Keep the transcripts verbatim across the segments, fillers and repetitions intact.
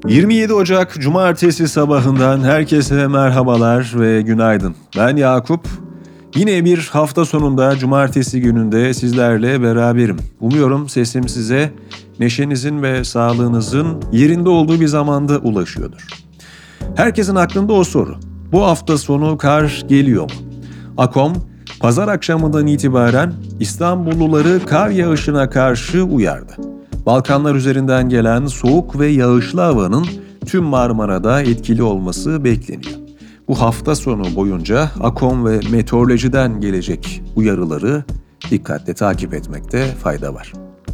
yirmi yedi Ocak Cumartesi sabahından herkese merhabalar ve günaydın. Ben Yakup. Yine bir hafta sonunda Cumartesi gününde sizlerle beraberim. Umuyorum sesim size neşenizin ve sağlığınızın yerinde olduğu bir zamanda ulaşıyordur. Herkesin aklında o soru. Bu hafta sonu kar geliyor mu? AKOM, pazar akşamından itibaren İstanbulluları kar yağışına karşı uyardı. Balkanlar üzerinden gelen soğuk ve yağışlı havanın tüm Marmara'da etkili olması bekleniyor. Bu hafta sonu boyunca AKOM ve meteorolojiden gelecek uyarıları dikkatle takip etmekte fayda var.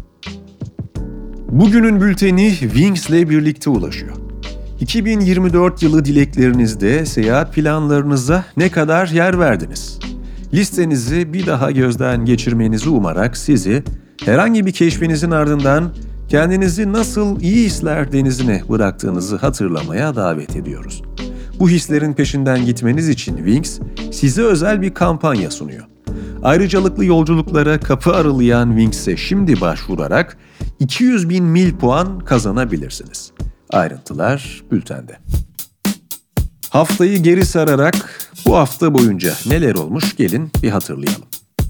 Bugünün bülteni Wings ile birlikte ulaşıyor. iki bin yirmi dört yılı dileklerinizde seyahat planlarınıza ne kadar yer verdiniz? Listenizi bir daha gözden geçirmenizi umarak sizi herhangi bir keşfinizin ardından kendinizi nasıl iyi hisler denizine bıraktığınızı hatırlamaya davet ediyoruz. Bu hislerin peşinden gitmeniz için Wings size özel bir kampanya sunuyor. Ayrıcalıklı yolculuklara kapı aralayan Wings'e şimdi başvurarak iki yüz bin mil puan kazanabilirsiniz. Ayrıntılar bültende. Haftayı geri sararak bu hafta boyunca neler olmuş gelin bir hatırlayalım.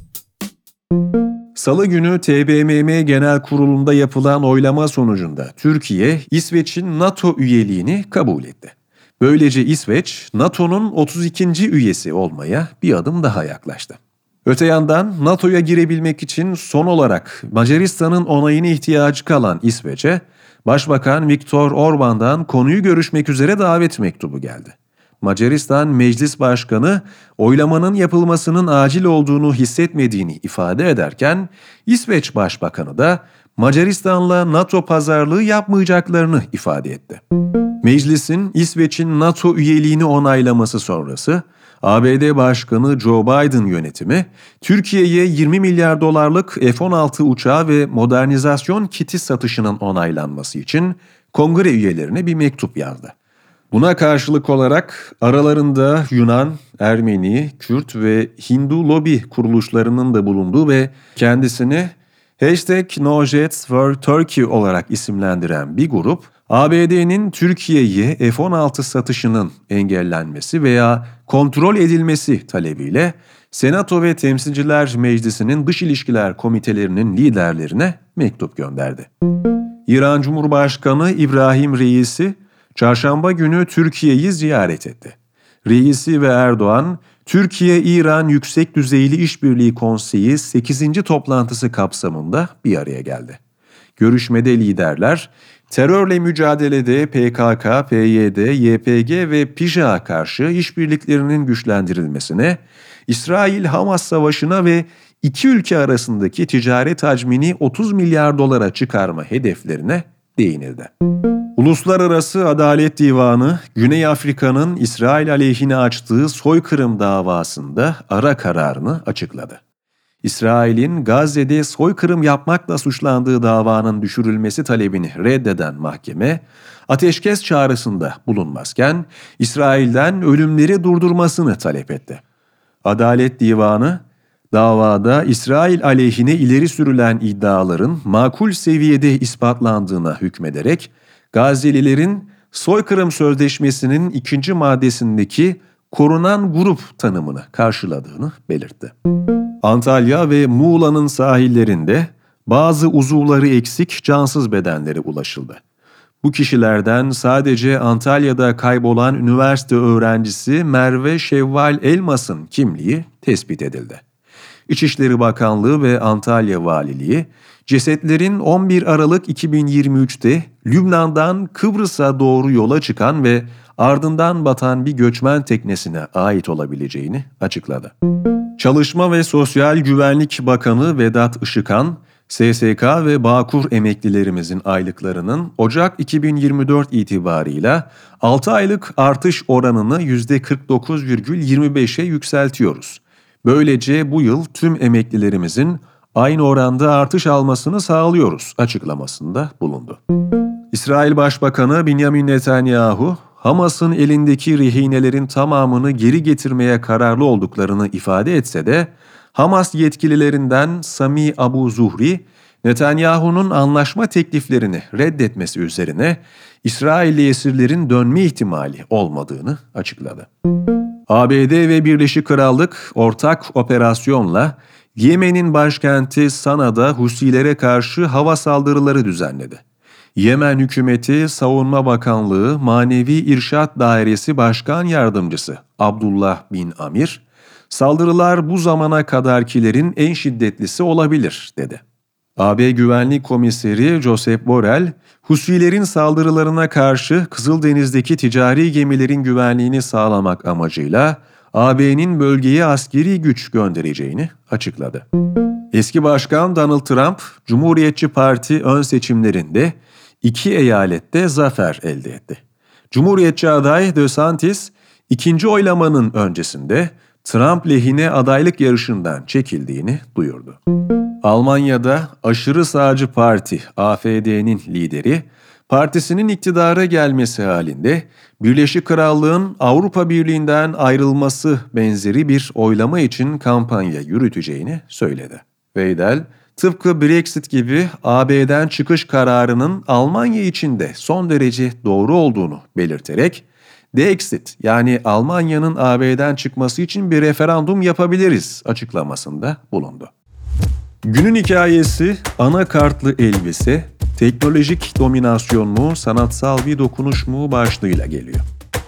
Salı günü T B M M Genel Kurulu'nda yapılan oylama sonucunda Türkiye, İsveç'in NATO üyeliğini kabul etti. Böylece İsveç, NATO'nun otuz ikinci üyesi olmaya bir adım daha yaklaştı. Öte yandan NATO'ya girebilmek için son olarak Macaristan'ın onayına ihtiyacı kalan İsveç'e, Başbakan Viktor Orban'dan konuyu görüşmek üzere davet mektubu geldi. Macaristan Meclis Başkanı oylamanın yapılmasının acil olduğunu hissetmediğini ifade ederken İsveç Başbakanı da Macaristan'la NATO pazarlığı yapmayacaklarını ifade etti. Meclisin İsveç'in NATO üyeliğini onaylaması sonrası A B D Başkanı Joe Biden yönetimi Türkiye'ye yirmi milyar dolarlık F on altı uçağı ve modernizasyon kiti satışının onaylanması için kongre üyelerine bir mektup yazdı. Buna karşılık olarak aralarında Yunan, Ermeni, Kürt ve Hindu lobi kuruluşlarının da bulunduğu ve kendisini hashtag No Jets for Turkey olarak isimlendiren bir grup, A B D'nin Türkiye'ye F on altı satışının engellenmesi veya kontrol edilmesi talebiyle Senato ve Temsilciler Meclisi'nin Dış İlişkiler Komitelerinin liderlerine mektup gönderdi. İran Cumhurbaşkanı İbrahim Reisi, Çarşamba günü Türkiye'yi ziyaret etti. Reisi ve Erdoğan, Türkiye-İran Yüksek Düzeyli İşbirliği Konseyi sekizinci toplantısı kapsamında bir araya geldi. Görüşmede liderler, terörle mücadelede P K K, P Y D, Y P G ve P J K'ya karşı işbirliklerinin güçlendirilmesine, İsrail-Hamas savaşına ve iki ülke arasındaki ticaret hacmini otuz milyar dolara çıkarma hedeflerine değinildi. Uluslararası Adalet Divanı, Güney Afrika'nın İsrail aleyhine açtığı soykırım davasında ara kararını açıkladı. İsrail'in Gazze'de soykırım yapmakla suçlandığı davanın düşürülmesi talebini reddeden mahkeme, ateşkes çağrısında bulunmazken İsrail'den ölümleri durdurmasını talep etti. Adalet Divanı, davada İsrail aleyhine ileri sürülen iddiaların makul seviyede ispatlandığına hükmederek, Gazze'lilerin soykırım sözleşmesinin ikinci maddesindeki korunan grup tanımını karşıladığını belirtti. Antalya ve Muğla'nın sahillerinde bazı uzuvları eksik cansız bedenlere ulaşıldı. Bu kişilerden sadece Antalya'da kaybolan üniversite öğrencisi Merve Şevval Elmas'ın kimliği tespit edildi. İçişleri Bakanlığı ve Antalya Valiliği, cesetlerin on bir Aralık iki bin yirmi üçte Lübnan'dan Kıbrıs'a doğru yola çıkan ve ardından batan bir göçmen teknesine ait olabileceğini açıkladı. Çalışma ve Sosyal Güvenlik Bakanı Vedat Işıkhan, S S K ve Bağkur emeklilerimizin aylıklarının Ocak iki bin yirmi dört itibarıyla altı aylık artış oranını yüzde kırk dokuz virgül yirmi beşe yükseltiyoruz. Böylece bu yıl tüm emeklilerimizin aynı oranda artış almasını sağlıyoruz açıklamasında bulundu. İsrail Başbakanı Benjamin Netanyahu, Hamas'ın elindeki rehinelerin tamamını geri getirmeye kararlı olduklarını ifade etse de, Hamas yetkililerinden Sami Abu Zuhri, Netanyahu'nun anlaşma tekliflerini reddetmesi üzerine İsrailli esirlerin dönme ihtimali olmadığını açıkladı. A B D ve Birleşik Krallık ortak operasyonla Yemen'in başkenti Sana'da Husilere karşı hava saldırıları düzenledi. Yemen hükümeti Savunma Bakanlığı Manevi İrşad Dairesi Başkan Yardımcısı Abdullah bin Amir, "Saldırılar bu zamana kadarkilerin en şiddetlisi olabilir," dedi. A B Güvenlik Komiseri Josep Borrell, Husilerin saldırılarına karşı Kızıldeniz'deki ticari gemilerin güvenliğini sağlamak amacıyla A B'nin bölgeye askeri güç göndereceğini açıkladı. Eski Başkan Donald Trump, Cumhuriyetçi Parti ön seçimlerinde iki eyalette zafer elde etti. Cumhuriyetçi aday DeSantis, ikinci oylamanın öncesinde Trump lehine adaylık yarışından çekildiğini duyurdu. Almanya'da aşırı sağcı parti A F D'nin lideri, partisinin iktidara gelmesi halinde Birleşik Krallık'ın Avrupa Birliği'nden ayrılması benzeri bir oylama için kampanya yürüteceğini söyledi. Weidel, tıpkı Brexit gibi A B'den çıkış kararının Almanya için de son derece doğru olduğunu belirterek, Dexit yani Almanya'nın A B'den çıkması için bir referandum yapabiliriz açıklamasında bulundu. Günün hikayesi anakartlı elbise, teknolojik dominasyon mu, sanatsal bir dokunuş mu başlığıyla geliyor.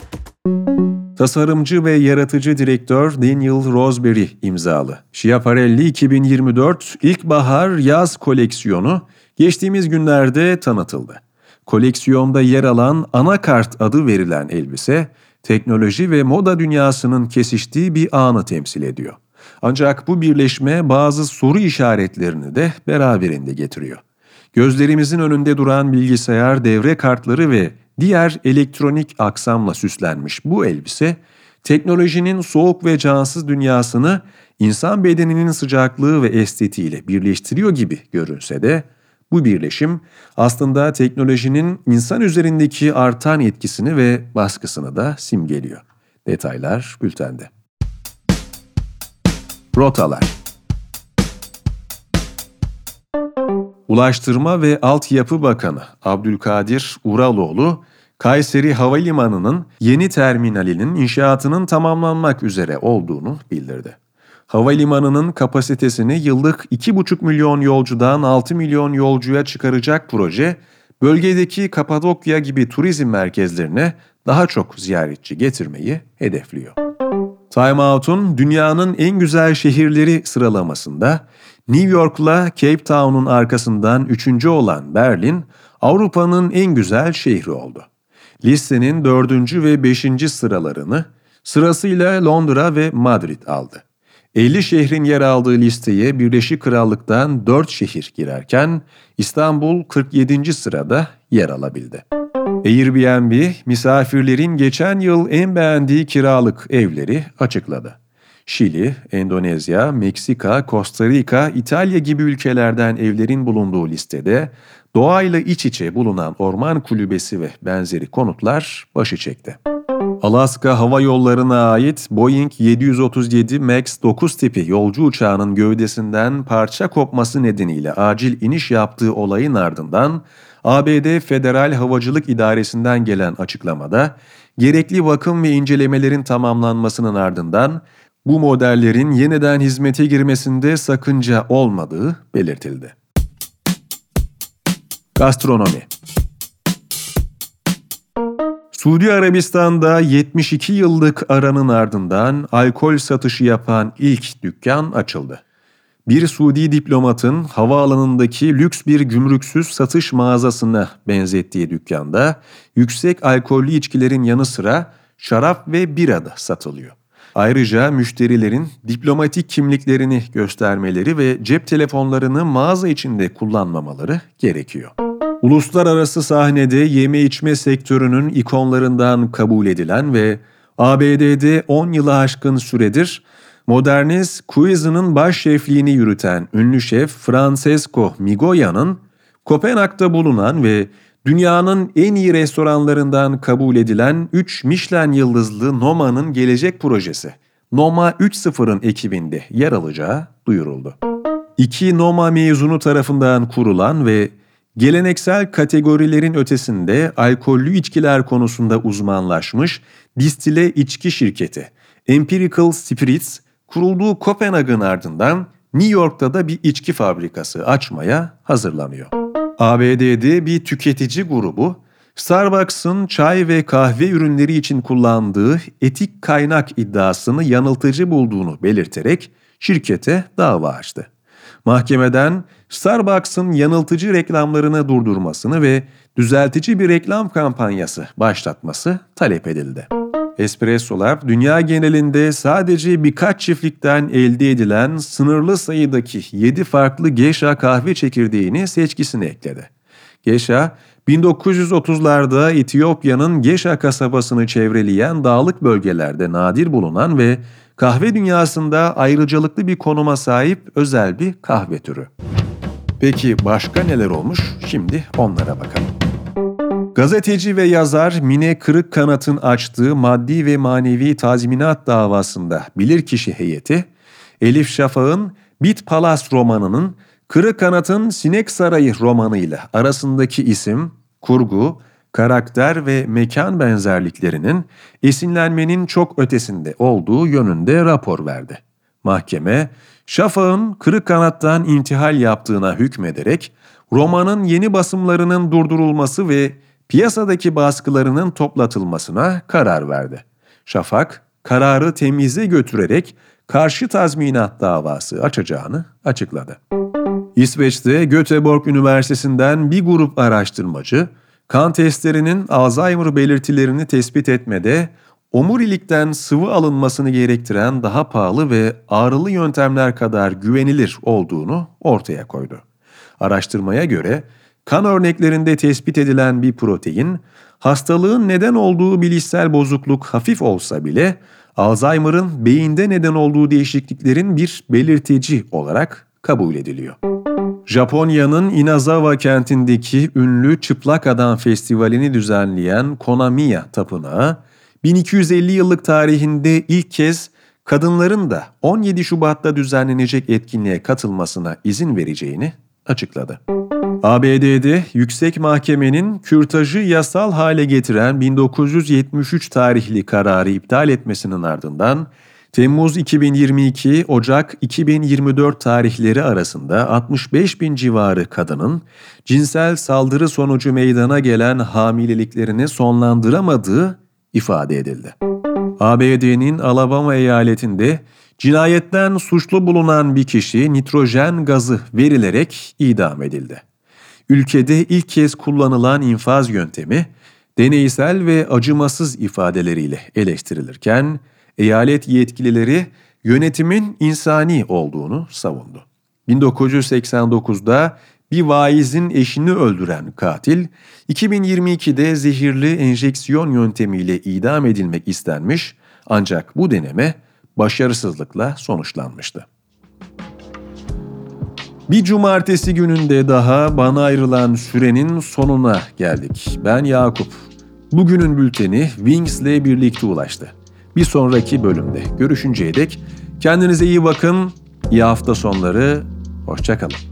Tasarımcı ve yaratıcı direktör Daniel Roseberry imzalı Schiaparelli iki bin yirmi dört İlkbahar Yaz koleksiyonu geçtiğimiz günlerde tanıtıldı. Koleksiyonda yer alan anakart adı verilen elbise, teknoloji ve moda dünyasının kesiştiği bir anı temsil ediyor. Ancak bu birleşme bazı soru işaretlerini de beraberinde getiriyor. Gözlerimizin önünde duran bilgisayar devre kartları ve diğer elektronik aksamla süslenmiş bu elbise, teknolojinin soğuk ve cansız dünyasını insan bedeninin sıcaklığı ve estetiğiyle birleştiriyor gibi görünse de, bu birleşim aslında teknolojinin insan üzerindeki artan etkisini ve baskısını da simgeliyor. Detaylar bültende. Rotalar. Ulaştırma ve Altyapı Bakanı Abdülkadir Uraloğlu, Kayseri Havalimanı'nın yeni terminalinin inşaatının tamamlanmak üzere olduğunu bildirdi. Havalimanı'nın kapasitesini yıllık iki buçuk milyon yolcudan altı milyon yolcuya çıkaracak proje, bölgedeki Kapadokya gibi turizm merkezlerine daha çok ziyaretçi getirmeyi hedefliyor. Time Out'un dünyanın en güzel şehirleri sıralamasında New York'la Cape Town'un arkasından üçüncü olan Berlin, Avrupa'nın en güzel şehri oldu. Listenin dördüncü ve beşinci sıralarını sırasıyla Londra ve Madrid aldı. elli şehrin yer aldığı listeye Birleşik Krallık'tan dört şehir girerken İstanbul kırk yedinci sırada yer alabildi. Airbnb, misafirlerin geçen yıl en beğendiği kiralık evleri açıkladı. Şili, Endonezya, Meksika, Costa Rica, İtalya gibi ülkelerden evlerin bulunduğu listede doğayla iç içe bulunan orman kulübesi ve benzeri konutlar başı çekti. Alaska Hava Yolları'na ait Boeing yedi yüz otuz yedi Max dokuz tipi yolcu uçağının gövdesinden parça kopması nedeniyle acil iniş yaptığı olayın ardından A B D Federal Havacılık İdaresi'nden gelen açıklamada gerekli bakım ve incelemelerin tamamlanmasının ardından bu modellerin yeniden hizmete girmesinde sakınca olmadığı belirtildi. Gastronomi. Suudi Arabistan'da yetmiş iki yıllık aranın ardından alkol satışı yapan ilk dükkan açıldı. Bir Suudi diplomatın havaalanındaki lüks bir gümrüksüz satış mağazasına benzettiği dükkanda yüksek alkollü içkilerin yanı sıra şarap ve bira da satılıyor. Ayrıca müşterilerin diplomatik kimliklerini göstermeleri ve cep telefonlarını mağaza içinde kullanmamaları gerekiyor. Uluslararası sahnede yeme içme sektörünün ikonlarından kabul edilen ve A B D'de on yılı aşkın süredir Modernes Cuisine'ın baş şefliğini yürüten ünlü şef Francesco Migoya'nın Kopenhag'da bulunan ve dünyanın en iyi restoranlarından kabul edilen üç Michelin yıldızlı Noma'nın gelecek projesi Noma üç nokta sıfırın ekibinde yer alacağı duyuruldu. İki Noma mezunu tarafından kurulan ve geleneksel kategorilerin ötesinde alkollü içkiler konusunda uzmanlaşmış distile içki şirketi Empirical Spirits, kurulduğu Kopenhag'ın ardından New York'ta da bir içki fabrikası açmaya hazırlanıyor. A B D'de bir tüketici grubu, Starbucks'ın çay ve kahve ürünleri için kullandığı etik kaynak iddiasını yanıltıcı bulduğunu belirterek şirkete dava açtı. Mahkemeden Starbucks'ın yanıltıcı reklamlarını durdurmasını ve düzeltici bir reklam kampanyası başlatması talep edildi. Espressolar, dünya genelinde sadece birkaç çiftlikten elde edilen sınırlı sayıdaki yedi farklı geisha kahve çekirdeğini seçkisine ekledi. Geisha, bin dokuz yüz otuzlarda Etiyopya'nın Geisha kasabasını çevreleyen dağlık bölgelerde nadir bulunan ve kahve dünyasında ayrıcalıklı bir konuma sahip özel bir kahve türü. Peki başka neler olmuş? Şimdi onlara bakalım. Gazeteci ve yazar Mine Kırıkkanat'ın açtığı maddi ve manevi tazminat davasında bilirkişi heyeti, Elif Şafak'ın Bit Palas romanının Kırıkkanat'ın Sinek Sarayı romanıyla arasındaki isim, kurgu, karakter ve mekan benzerliklerinin esinlenmenin çok ötesinde olduğu yönünde rapor verdi. Mahkeme, Şafak'ın Kırıkkanat'tan intihal yaptığına hükmederek romanın yeni basımlarının durdurulması ve piyasadaki baskılarının toplatılmasına karar verdi. Şafak, kararı temize götürerek karşı tazminat davası açacağını açıkladı. İsveç'te Göteborg Üniversitesi'nden bir grup araştırmacı, kan testlerinin Alzheimer belirtilerini tespit etmede omurilikten sıvı alınmasını gerektiren daha pahalı ve ağrılı yöntemler kadar güvenilir olduğunu ortaya koydu. Araştırmaya göre kan örneklerinde tespit edilen bir protein, hastalığın neden olduğu bilişsel bozukluk hafif olsa bile Alzheimer'ın beyinde neden olduğu değişikliklerin bir belirtici olarak kabul ediliyor. Japonya'nın Inazawa kentindeki ünlü Çıplak Adam Festivali'ni düzenleyen Konamiya Tapınağı, bin iki yüz elli yıllık tarihinde ilk kez kadınların da on yedi Şubat'ta düzenlenecek etkinliğe katılmasına izin vereceğini açıkladı. A B D'de Yüksek Mahkemenin kürtajı yasal hale getiren bin dokuz yüz yetmiş üç tarihli kararı iptal etmesinin ardından Temmuz iki bin yirmi iki, Ocak iki bin yirmi dört tarihleri arasında altmış beş bin civarı kadının cinsel saldırı sonucu meydana gelen hamileliklerini sonlandıramadığı ifade edildi. A B D'nin Alabama eyaletinde cinayetten suçlu bulunan bir kişi nitrojen gazı verilerek idam edildi. Ülkede ilk kez kullanılan infaz yöntemi deneysel ve acımasız ifadeleriyle eleştirilirken eyalet yetkilileri yönetimin insani olduğunu savundu. bin dokuz yüz seksen dokuzda bir vaizin eşini öldüren katil, iki bin yirmi ikide zehirli enjeksiyon yöntemiyle idam edilmek istenmiş ancak bu deneme başarısızlıkla sonuçlanmıştı. Bir cumartesi gününde daha bana ayrılan sürenin sonuna geldik. Ben Yakup. Bugünün bülteni Wings'le birlikte ulaştı. Bir sonraki bölümde görüşünceye dek kendinize iyi bakın, iyi hafta sonları, hoşça kalın.